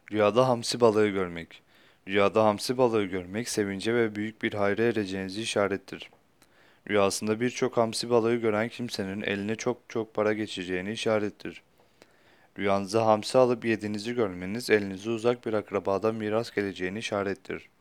Rüyada hamsi balığı görmek. Rüyada hamsi balığı görmek sevince ve büyük bir hayra ereceğinizi işarettir. Rüyasında birçok hamsi balığı gören kimsenin eline çok çok para geçeceğini işarettir. Rüyanızda hamsi alıp yediğinizi görmeniz elinize uzak bir akrabadan miras geleceğini işarettir.